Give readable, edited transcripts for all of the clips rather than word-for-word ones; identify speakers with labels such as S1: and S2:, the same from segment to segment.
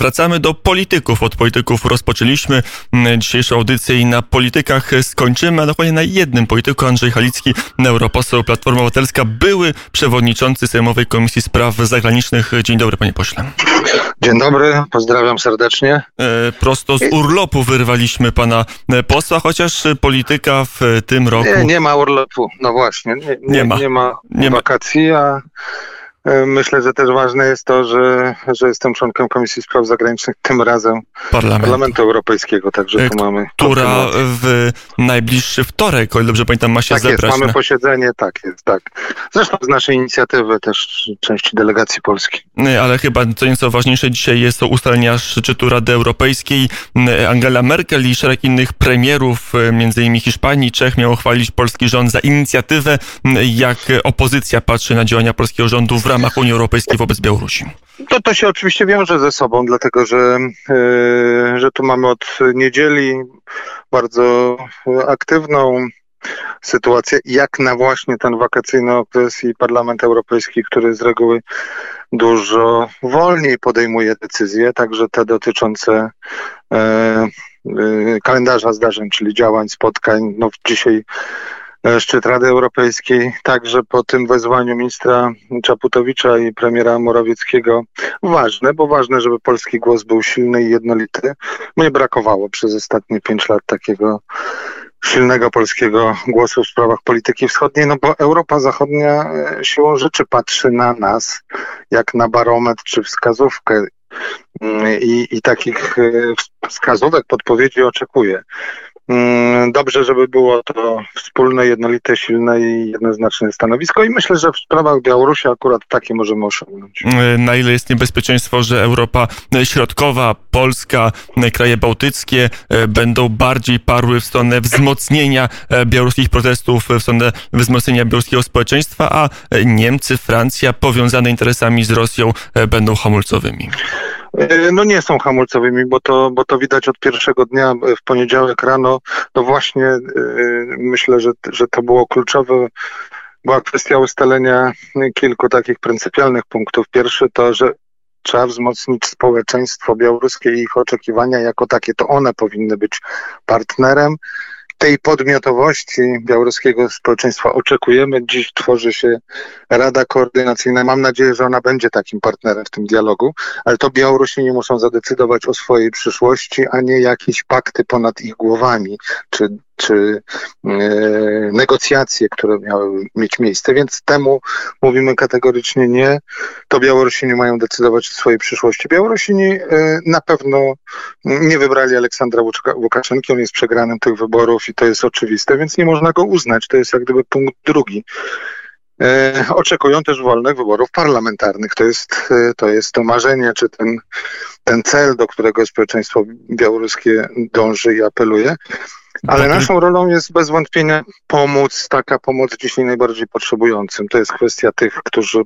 S1: Wracamy do polityków. Od polityków rozpoczęliśmy dzisiejszą audycję i na politykach skończymy, a dokładnie na jednym polityku. Andrzej Halicki, europoseł Platforma Obywatelska, były przewodniczący Sejmowej Komisji Spraw Zagranicznych. Dzień dobry, panie pośle.
S2: Dzień dobry, pozdrawiam serdecznie.
S1: Prosto z urlopu wyrwaliśmy pana posła, chociaż polityka w tym roku...
S2: Nie ma urlopu, no właśnie. Nie ma wakacji, a myślę, że też ważne jest to, że jestem członkiem Komisji Spraw Zagranicznych, tym razem Parlamentu Europejskiego, także tu mamy...
S1: Która w najbliższy wtorek, o ile dobrze pamiętam, ma się zebrać.
S2: Tak jest, mamy posiedzenie, tak jest. Zresztą z naszej inicjatywy też części delegacji polskiej.
S1: Ale chyba co nieco ważniejsze dzisiaj jest to ustalenia szczytu Rady Europejskiej. Angela Merkel i szereg innych premierów, między innymi Hiszpanii, Czech, miało chwalić polski rząd za inicjatywę. Jak opozycja patrzy na działania polskiego rządu w ramach Unii Europejskiej wobec Białorusi?
S2: To się oczywiście wiąże ze sobą, dlatego że tu mamy od niedzieli bardzo aktywną sytuację, jak na właśnie ten wakacyjny okres i Parlament Europejski, który z reguły dużo wolniej podejmuje decyzje, także te dotyczące kalendarza zdarzeń, czyli działań, spotkań. No dzisiaj szczyt Rady Europejskiej, także po tym wezwaniu ministra Czaputowicza i premiera Morawieckiego ważne, bo ważne, żeby polski głos był silny i jednolity. Mnie brakowało przez ostatnie 5 lat takiego silnego polskiego głosu w sprawach polityki wschodniej, no bo Europa Zachodnia siłą rzeczy patrzy na nas jak na barometr czy wskazówkę i takich wskazówek, podpowiedzi oczekuje. Dobrze, żeby było to wspólne, jednolite, silne i jednoznaczne stanowisko i myślę, że w sprawach Białorusi akurat takie możemy osiągnąć.
S1: Na ile jest niebezpieczeństwo, że Europa Środkowa, Polska, kraje bałtyckie będą bardziej parły w stronę wzmocnienia białoruskich protestów, w stronę wzmocnienia białoruskiego społeczeństwa, a Niemcy, Francja, powiązane interesami z Rosją, będą hamulcowymi?
S2: No nie są hamulcowymi, bo to widać od pierwszego dnia w poniedziałek rano. No właśnie myślę, że to było kluczowe. Była kwestia ustalenia kilku takich pryncypialnych punktów. Pierwszy to, że trzeba wzmocnić społeczeństwo białoruskie i ich oczekiwania jako takie. To one powinny być partnerem. Tej podmiotowości białoruskiego społeczeństwa oczekujemy. Dziś tworzy się Rada Koordynacyjna. Mam nadzieję, że ona będzie takim partnerem w tym dialogu, ale to Białorusini muszą zadecydować o swojej przyszłości, a nie jakieś pakty ponad ich głowami, czy negocjacje, które miały mieć miejsce. Więc temu mówimy kategorycznie nie. To Białorusini mają decydować o swojej przyszłości. Białorusini na pewno nie wybrali Aleksandra Łukaszenki. On jest przegranym tych wyborów i to jest oczywiste, więc nie można go uznać. To jest jak gdyby punkt drugi. Oczekują też wolnych wyborów parlamentarnych. To jest to marzenie, czy ten cel, do którego społeczeństwo białoruskie dąży i apeluje. Ale naszą rolą jest bez wątpienia taka pomoc dzisiaj najbardziej potrzebującym. To jest kwestia tych, którzy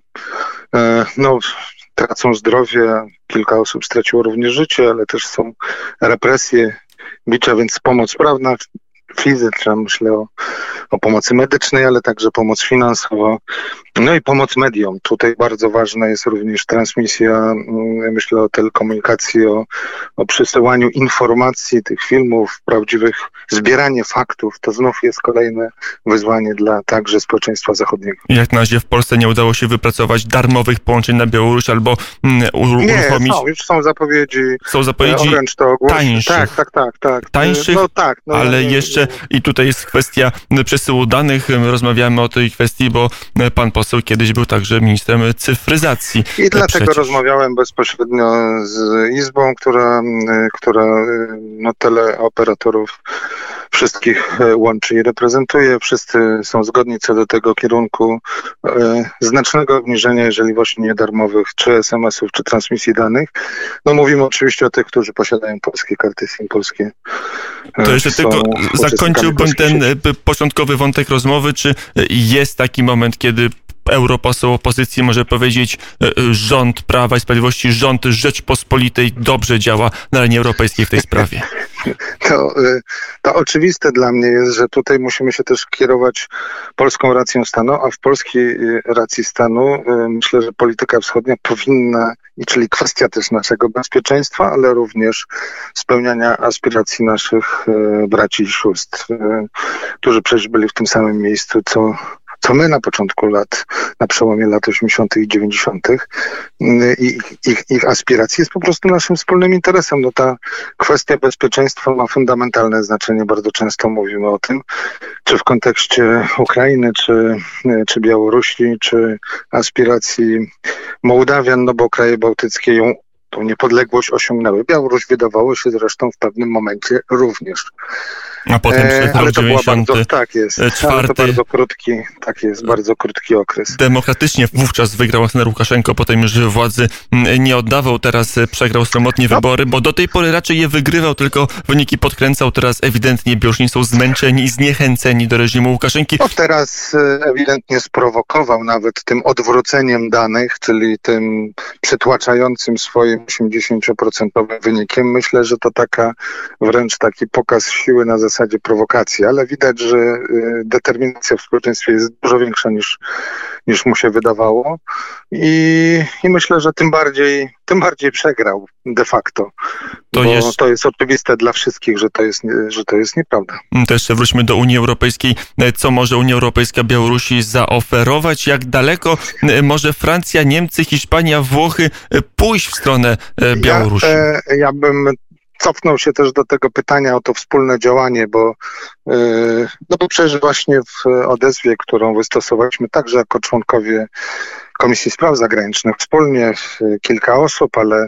S2: tracą zdrowie. Kilka osób straciło również życie, ale też są represje, bicia, więc pomoc prawna, fizyczna, myślę o pomocy medycznej, ale także pomoc finansowa, no i pomoc mediom. Tutaj bardzo ważna jest również transmisja, myślę o telekomunikacji, o przesyłaniu informacji, tych filmów prawdziwych, zbieranie faktów. To znów jest kolejne wyzwanie dla także społeczeństwa zachodniego.
S1: Jak na razie w Polsce nie udało się wypracować darmowych połączeń na Białoruś albo uruchomić...
S2: Nie, już są zapowiedzi. Orange to ogłosił.
S1: Tańszych.
S2: Tak.
S1: Tańszych, ale jeszcze i tutaj jest kwestia przesyłu danych. Rozmawiamy o tej kwestii, bo pan poseł kiedyś był także ministrem cyfryzacji.
S2: I dlatego rozmawiałem bezpośrednio z Izbą, która teleoperatorów wszystkich łączy i reprezentuje. Wszyscy są zgodni co do tego kierunku znacznego obniżenia, jeżeli właśnie nie darmowych, czy SMS-ów, czy transmisji danych. No mówimy oczywiście o tych, którzy posiadają polskie karty SIM, polskie.
S1: To jeszcze tylko zakończyłbym ten początkowy wątek rozmowy. Czy jest taki moment, kiedy europoseł opozycji może powiedzieć, rząd Prawa i Sprawiedliwości, rząd Rzeczpospolitej dobrze działa na arenie europejskiej w tej sprawie?
S2: To oczywiste dla mnie jest, że tutaj musimy się też kierować polską racją stanu, a w polskiej racji stanu myślę, że polityka wschodnia powinna czyli kwestia też naszego bezpieczeństwa, ale również spełniania aspiracji naszych braci i sióstr, którzy przecież byli w tym samym miejscu, co my na początku lat, na przełomie lat 80. i 90. I ich aspiracji jest po prostu naszym wspólnym interesem. No ta kwestia bezpieczeństwa ma fundamentalne znaczenie. Bardzo często mówimy o tym, czy w kontekście Ukrainy, czy Białorusi, czy aspiracji Mołdawian, no bo kraje bałtyckie tą niepodległość osiągnęły. Białoruś wydawało się zresztą w pewnym momencie również.
S1: A potem
S2: ale to była bardzo, ale to bardzo krótki okres.
S1: Demokratycznie wówczas wygrał Aleksander Łukaszenko, potem już władzy nie oddawał, teraz przegrał sromotnie wybory, bo do tej pory raczej je wygrywał, tylko wyniki podkręcał. Teraz ewidentnie Białorusini są zmęczeni i zniechęceni do reżimu Łukaszenki.
S2: No teraz ewidentnie sprowokował nawet tym odwróceniem danych, czyli tym przytłaczającym swoim 80% wynikiem. Myślę, że to wręcz taki pokaz siły na zasadzie prowokacji, ale widać, że determinacja w społeczeństwie jest dużo większa niż mu się wydawało i myślę, że tym bardziej przegrał de facto. To jest oczywiste dla wszystkich, że to jest nieprawda.
S1: To jeszcze wróćmy do Unii Europejskiej. Co może Unia Europejska Białorusi zaoferować? Jak daleko może Francja, Niemcy, Hiszpania, Włochy pójść w stronę Białorusi?
S2: Ja bym cofnął się też do tego pytania o to wspólne działanie, bo przecież właśnie w odezwie, którą wystosowaliśmy także jako członkowie Komisji Spraw Zagranicznych, wspólnie kilka osób, ale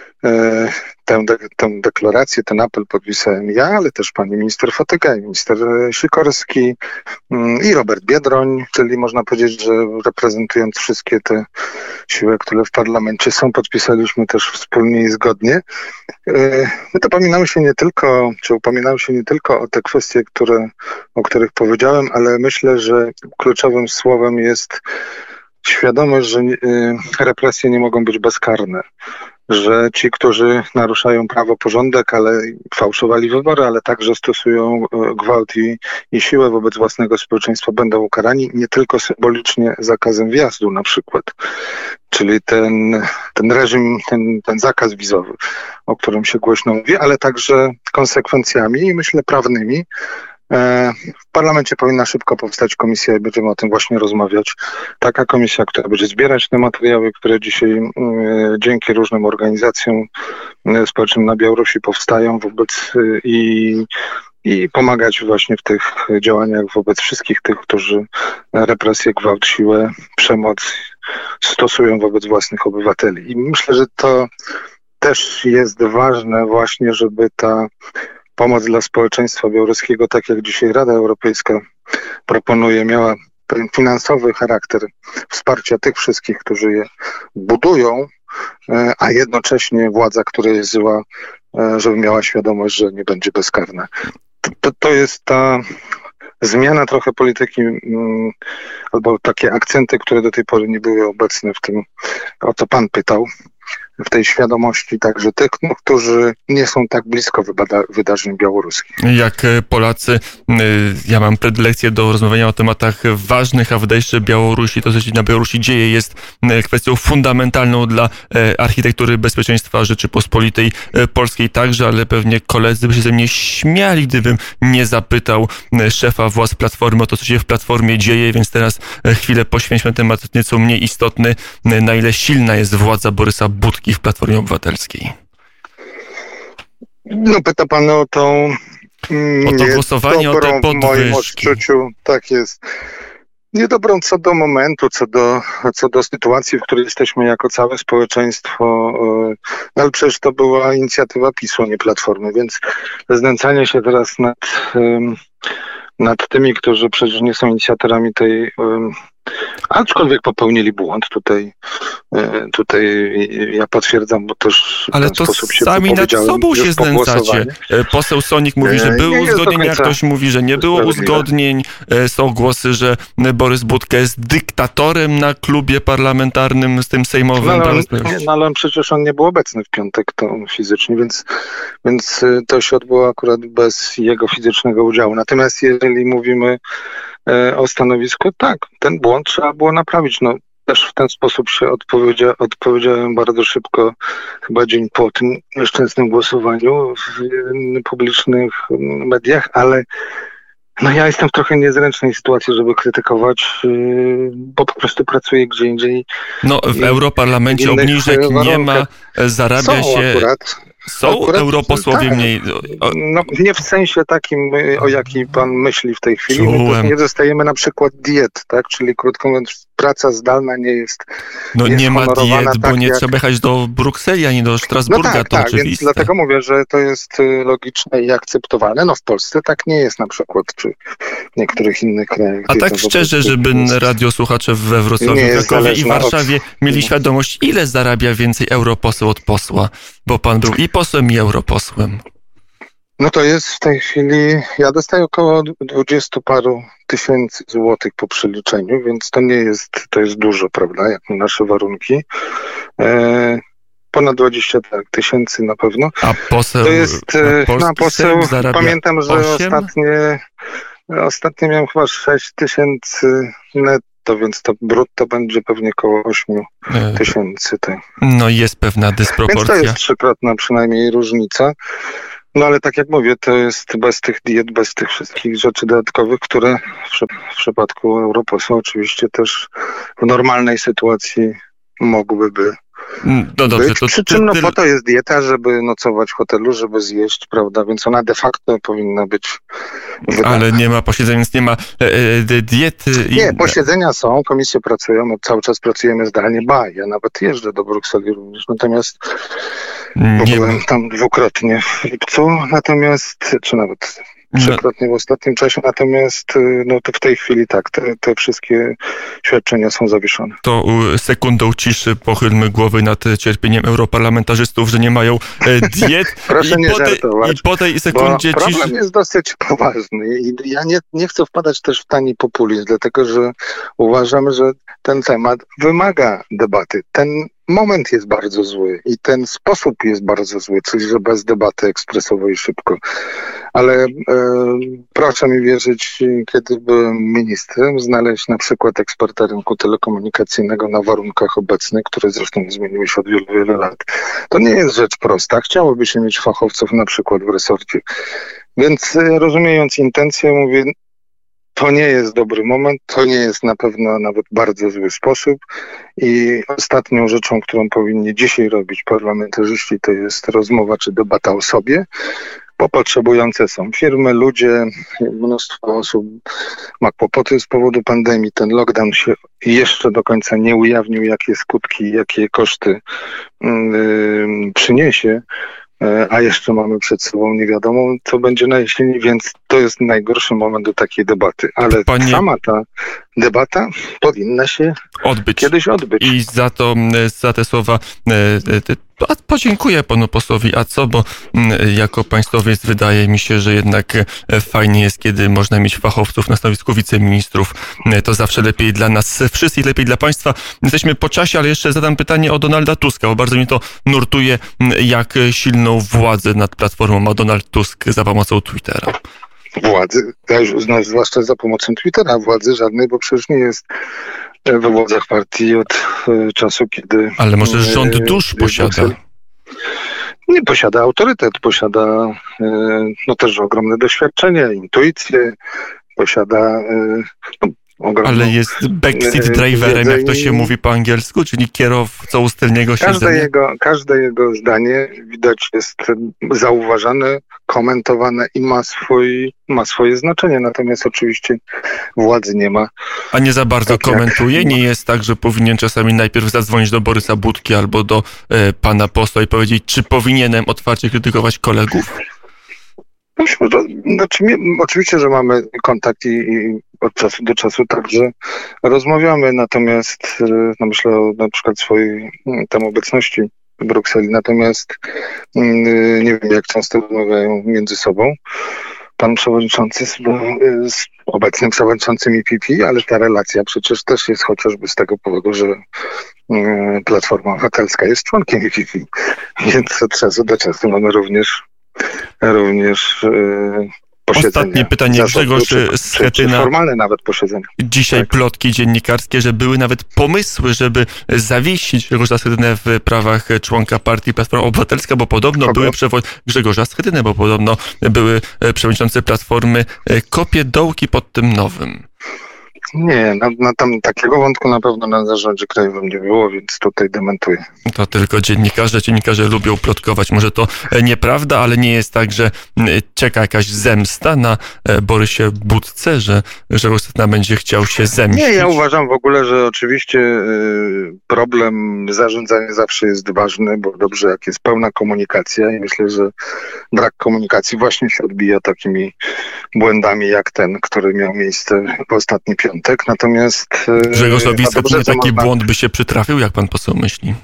S2: tę deklarację, ten apel podpisałem ja, ale też pani minister Fotyga, minister Sikorski i Robert Biedroń, czyli można powiedzieć, że reprezentując wszystkie te siły, które w parlamencie są, podpisaliśmy też wspólnie i zgodnie. My upominamy się nie tylko o te kwestie, o których powiedziałem, ale myślę, że kluczowym słowem jest świadomość, że represje nie mogą być bezkarne. Że ci, którzy naruszają prawo, porządek, ale fałszowali wybory, ale także stosują gwałt i siłę wobec własnego społeczeństwa, będą ukarani nie tylko symbolicznie zakazem wjazdu na przykład, czyli ten reżim, ten zakaz wizowy, o którym się głośno mówi, ale także konsekwencjami i myślę prawnymi. W parlamencie powinna szybko powstać komisja i będziemy o tym właśnie rozmawiać. Taka komisja, która będzie zbierać te materiały, które dzisiaj dzięki różnym organizacjom społecznym na Białorusi powstają i pomagać właśnie w tych działaniach wobec wszystkich tych, którzy represję, gwałt, siłę, przemoc stosują wobec własnych obywateli. I myślę, że to też jest ważne właśnie, żeby ta pomoc dla społeczeństwa białoruskiego, tak jak dzisiaj Rada Europejska proponuje, miała pewien finansowy charakter wsparcia tych wszystkich, którzy je budują, a jednocześnie władza, która jest zła, żeby miała świadomość, że nie będzie bezkarna. To jest ta zmiana trochę polityki, albo takie akcenty, które do tej pory nie były obecne w tym, o co pan pytał, w tej świadomości także tych, którzy nie są tak blisko wydarzeń białoruskich.
S1: Jak Polacy, ja mam predylekcję do rozmawiania o tematach ważnych, a wydaje się, że Białorusi, to co się na Białorusi dzieje, jest kwestią fundamentalną dla architektury bezpieczeństwa Rzeczypospolitej Polskiej także, ale pewnie koledzy by się ze mnie śmiali, gdybym nie zapytał szefa władz Platformy o to, co się w Platformie dzieje, więc teraz chwilę poświęćmy temat nieco mniej istotny, na ile silna jest władza Borysa Budki w Platformie Obywatelskiej.
S2: No pyta pan o to
S1: głosowanie, o te podwyżki.
S2: W moim odczuciu, tak jest. Niedobrą co do momentu, co do sytuacji, w której jesteśmy jako całe społeczeństwo, ale przecież to była inicjatywa PiS-u, nie Platformy, więc znęcanie się teraz nad tymi, którzy przecież nie są inicjatorami tej, aczkolwiek popełnili błąd. Tutaj ja potwierdzam, bo też
S1: ale to sami nad sobą się znęcacie. Poseł Sonik mówi, że były uzgodnienia, ktoś mówi, że nie było uzgodnień. Są głosy, że Borys Budka jest dyktatorem na klubie parlamentarnym z tym sejmowym.
S2: Ale przecież on nie był obecny w piątek fizycznie, więc to się odbyło akurat bez jego fizycznego udziału. Natomiast jeżeli mówimy o stanowisku, tak, ten błąd trzeba było naprawić. też w ten sposób się odpowiedziałem bardzo szybko, chyba dzień po tym nieszczęsnym głosowaniu w publicznych mediach, ale no ja jestem w trochę niezręcznej sytuacji, żeby krytykować, bo po prostu pracuję gdzie indziej.
S1: No w Europarlamencie obniżek nie ma, zarabia się... Są europosłowie
S2: tak,
S1: mniej?
S2: No nie w sensie takim, o jakim pan myśli w tej chwili. My nie dostajemy na przykład diet, tak? Czyli krótko mówiąc, praca zdalna nie jest
S1: No
S2: jest
S1: nie ma diet,
S2: tak,
S1: bo nie trzeba jechać do Brukseli ani do Strasburga,
S2: no tak,
S1: to
S2: tak,
S1: oczywiste.
S2: Więc dlatego mówię, że to jest logiczne i akceptowalne. No w Polsce tak nie jest na przykład, czy w niektórych innych krajach.
S1: A tak szczerze, żeby radiosłuchacze we Wrocławiu, Krakowie i Warszawie mieli świadomość, ile zarabia więcej europoseł od posła, bo pan był i posłem, i europosłem.
S2: No to jest w tej chwili, ja dostaję około 20 paru tysięcy złotych po przeliczeniu, więc to jest dużo, prawda, jak na nasze warunki. Ponad 20 tysięcy na pewno.
S1: A poseł,
S2: to jest, poseł pamiętam, że
S1: 8?
S2: ostatnio miałem chyba 6 tysięcy netto, więc to brutto będzie pewnie około 8 tysięcy.
S1: No jest pewna dysproporcja.
S2: Więc to jest trzykrotna przynajmniej różnica. No ale tak jak mówię, to jest bez tych diet, bez tych wszystkich rzeczy dodatkowych, które w przypadku europosła oczywiście też w normalnej sytuacji mogłyby
S1: no dobrze,
S2: być. Przy czym po to jest dieta, żeby nocować w hotelu, żeby zjeść, prawda, więc ona de facto powinna być wydana.
S1: Ale nie ma posiedzeń, więc nie ma diety.
S2: Nie, posiedzenia są, komisje pracują, cały czas pracujemy zdalnie, ja nawet jeżdżę do Brukseli również, natomiast byłem tam dwukrotnie w lipcu, czy nawet trzykrotnie w ostatnim czasie, natomiast no to w tej chwili tak, te wszystkie świadczenia są zawieszone.
S1: To sekundą ciszy pochylmy głowy nad cierpieniem europarlamentarzystów, że nie mają diet.
S2: Proszę nie żartować.
S1: I po tej sekundzie ciszy...
S2: Problem jest dosyć poważny i ja nie chcę wpadać też w tani populizm, dlatego że uważam, że ten temat wymaga debaty. Ten moment jest bardzo zły i ten sposób jest bardzo zły, czyli że bez debaty ekspresowej szybko. Ale proszę mi wierzyć, kiedy byłem ministrem, znaleźć na przykład eksperta rynku telekomunikacyjnego na warunkach obecnych, które zresztą zmieniły się od wielu, wielu lat. To nie jest rzecz prosta. Chciałoby się mieć fachowców na przykład w resorcie. Więc rozumiejąc intencję, mówię, to nie jest dobry moment, to nie jest na pewno nawet bardzo zły sposób i ostatnią rzeczą, którą powinni dzisiaj robić parlamentarzyści, to jest rozmowa czy debata o sobie, bo potrzebujące są firmy, ludzie, mnóstwo osób ma kłopoty z powodu pandemii. Ten lockdown się jeszcze do końca nie ujawnił, jakie skutki, jakie koszty przyniesie. A jeszcze mamy przed sobą nie wiadomo, co będzie na jesieni, więc to jest najgorszy moment do takiej debaty. Ale sama ta debata powinna się kiedyś odbyć.
S1: I za te słowa podziękuję panu posłowi. A co, bo jako państwowiec wydaje mi się, że jednak fajnie jest, kiedy można mieć fachowców na stanowisku wiceministrów. To zawsze lepiej dla nas wszystkich, lepiej dla państwa. Jesteśmy po czasie, ale jeszcze zadam pytanie o Donalda Tuska, bo bardzo mnie to nurtuje, jak silną władzę nad Platformą ma Donald Tusk za pomocą Twittera.
S2: Władzy, zwłaszcza za pomocą Twittera, władzy żadnej, bo przecież nie jest we władzach partii od czasu, kiedy...
S1: Ale może rząd dusz posiada?
S2: Nie posiada autorytet, posiada też ogromne doświadczenie, intuicję, posiada ogromną...
S1: Ale jest backseat driverem, jak to się mówi po angielsku, czyli kierowcą z tylnego siedzenia?
S2: Każde jego zdanie widać jest zauważane, komentowane i ma swoje znaczenie, natomiast oczywiście władzy nie ma.
S1: A nie za bardzo komentuje? Nie jest tak, że powinien czasami najpierw zadzwonić do Borysa Budki albo do pana posła i powiedzieć, czy powinienem otwarcie krytykować kolegów?
S2: Oczywiście, że mamy kontakt i od czasu do czasu także rozmawiamy, natomiast myślę o na przykład swojej tam obecności w Brukseli, natomiast nie wiem, jak często rozmawiają między sobą pan przewodniczący z obecnym przewodniczącym IPP, ale ta relacja przecież też jest chociażby z tego powodu, że Platforma Obywatelska jest członkiem IPP, więc od czasu do czasu mamy również posiedzenia.
S1: Ostatnie pytanie, Grzegorz Schetyna.
S2: Formalne nawet posiedzenia.
S1: Dzisiaj
S2: tak.
S1: Plotki dziennikarskie, że były nawet pomysły, żeby zawiesić Grzegorza Schetynę w prawach członka partii Platforma Obywatelska, bo podobno Grzegorza Schetynę, bo podobno były przewodniczący Platformy kopie dołki pod tym nowym.
S2: Nie, tam takiego wątku na pewno na zarządzie krajowym nie było, więc tutaj dementuję.
S1: To tylko dziennikarze lubią plotkować. Może to nieprawda, ale nie jest tak, że czeka jakaś zemsta na Borysie Budce, że Grzegorz Schetyna będzie chciał się zemścić.
S2: Nie, ja uważam w ogóle, że oczywiście problem zarządzania zawsze jest ważny, bo dobrze jak jest pełna komunikacja i myślę, że brak komunikacji właśnie się odbija takimi błędami jak ten, który miał miejsce w ostatni piątek. Natomiast
S1: Grzegorzowi Schetynie taki błąd by się przytrafił, jak pan poseł myśli?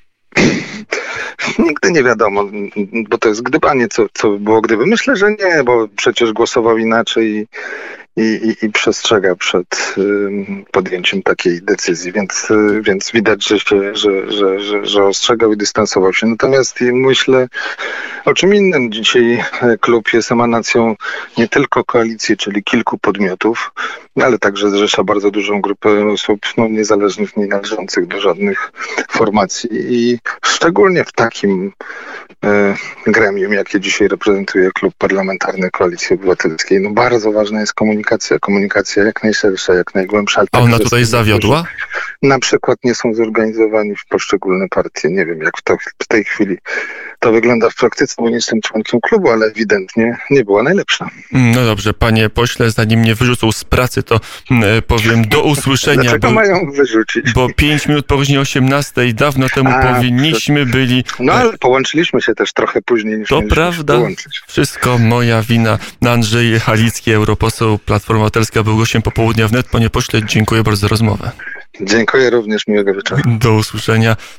S2: Nigdy nie wiadomo, bo to jest gdybanie, co by było gdyby. Myślę, że nie, bo przecież głosował inaczej i przestrzega przed podjęciem takiej decyzji, więc widać, że ostrzegał i dystansował się. Natomiast myślę o czym innym. Dzisiaj klub jest emanacją nie tylko koalicji, czyli kilku podmiotów, ale także zrzesza bardzo dużą grupę osób niezależnych, nie należących do żadnych formacji i szczególnie w takim gremium, jakie dzisiaj reprezentuje Klub Parlamentarny Koalicji Obywatelskiej. Bardzo ważna jest komunikacja jak najszersza, jak najgłębsza.
S1: A ona tutaj zawiodła?
S2: Na przykład nie są zorganizowani w poszczególne partie. Nie wiem, jak w tej chwili to wygląda w praktyce, bo nie jestem członkiem klubu, ale ewidentnie nie była najlepsza. No
S1: dobrze, panie pośle, zanim mnie wyrzucą z pracy, to powiem do usłyszenia.
S2: Dlaczego mają wyrzucić?
S1: Bo 5 minut po godzinie 18 dawno temu powinniśmy byli...
S2: No ale połączyliśmy się też trochę później niż
S1: to prawda,
S2: połączyć.
S1: Wszystko moja wina. Andrzej Halicki, europoseł Platforma Obywatelska, był gościem Popołudnia Wnet. Panie pośle, dziękuję bardzo za rozmowę.
S2: Dziękuję również, miłego wieczoru.
S1: Do usłyszenia.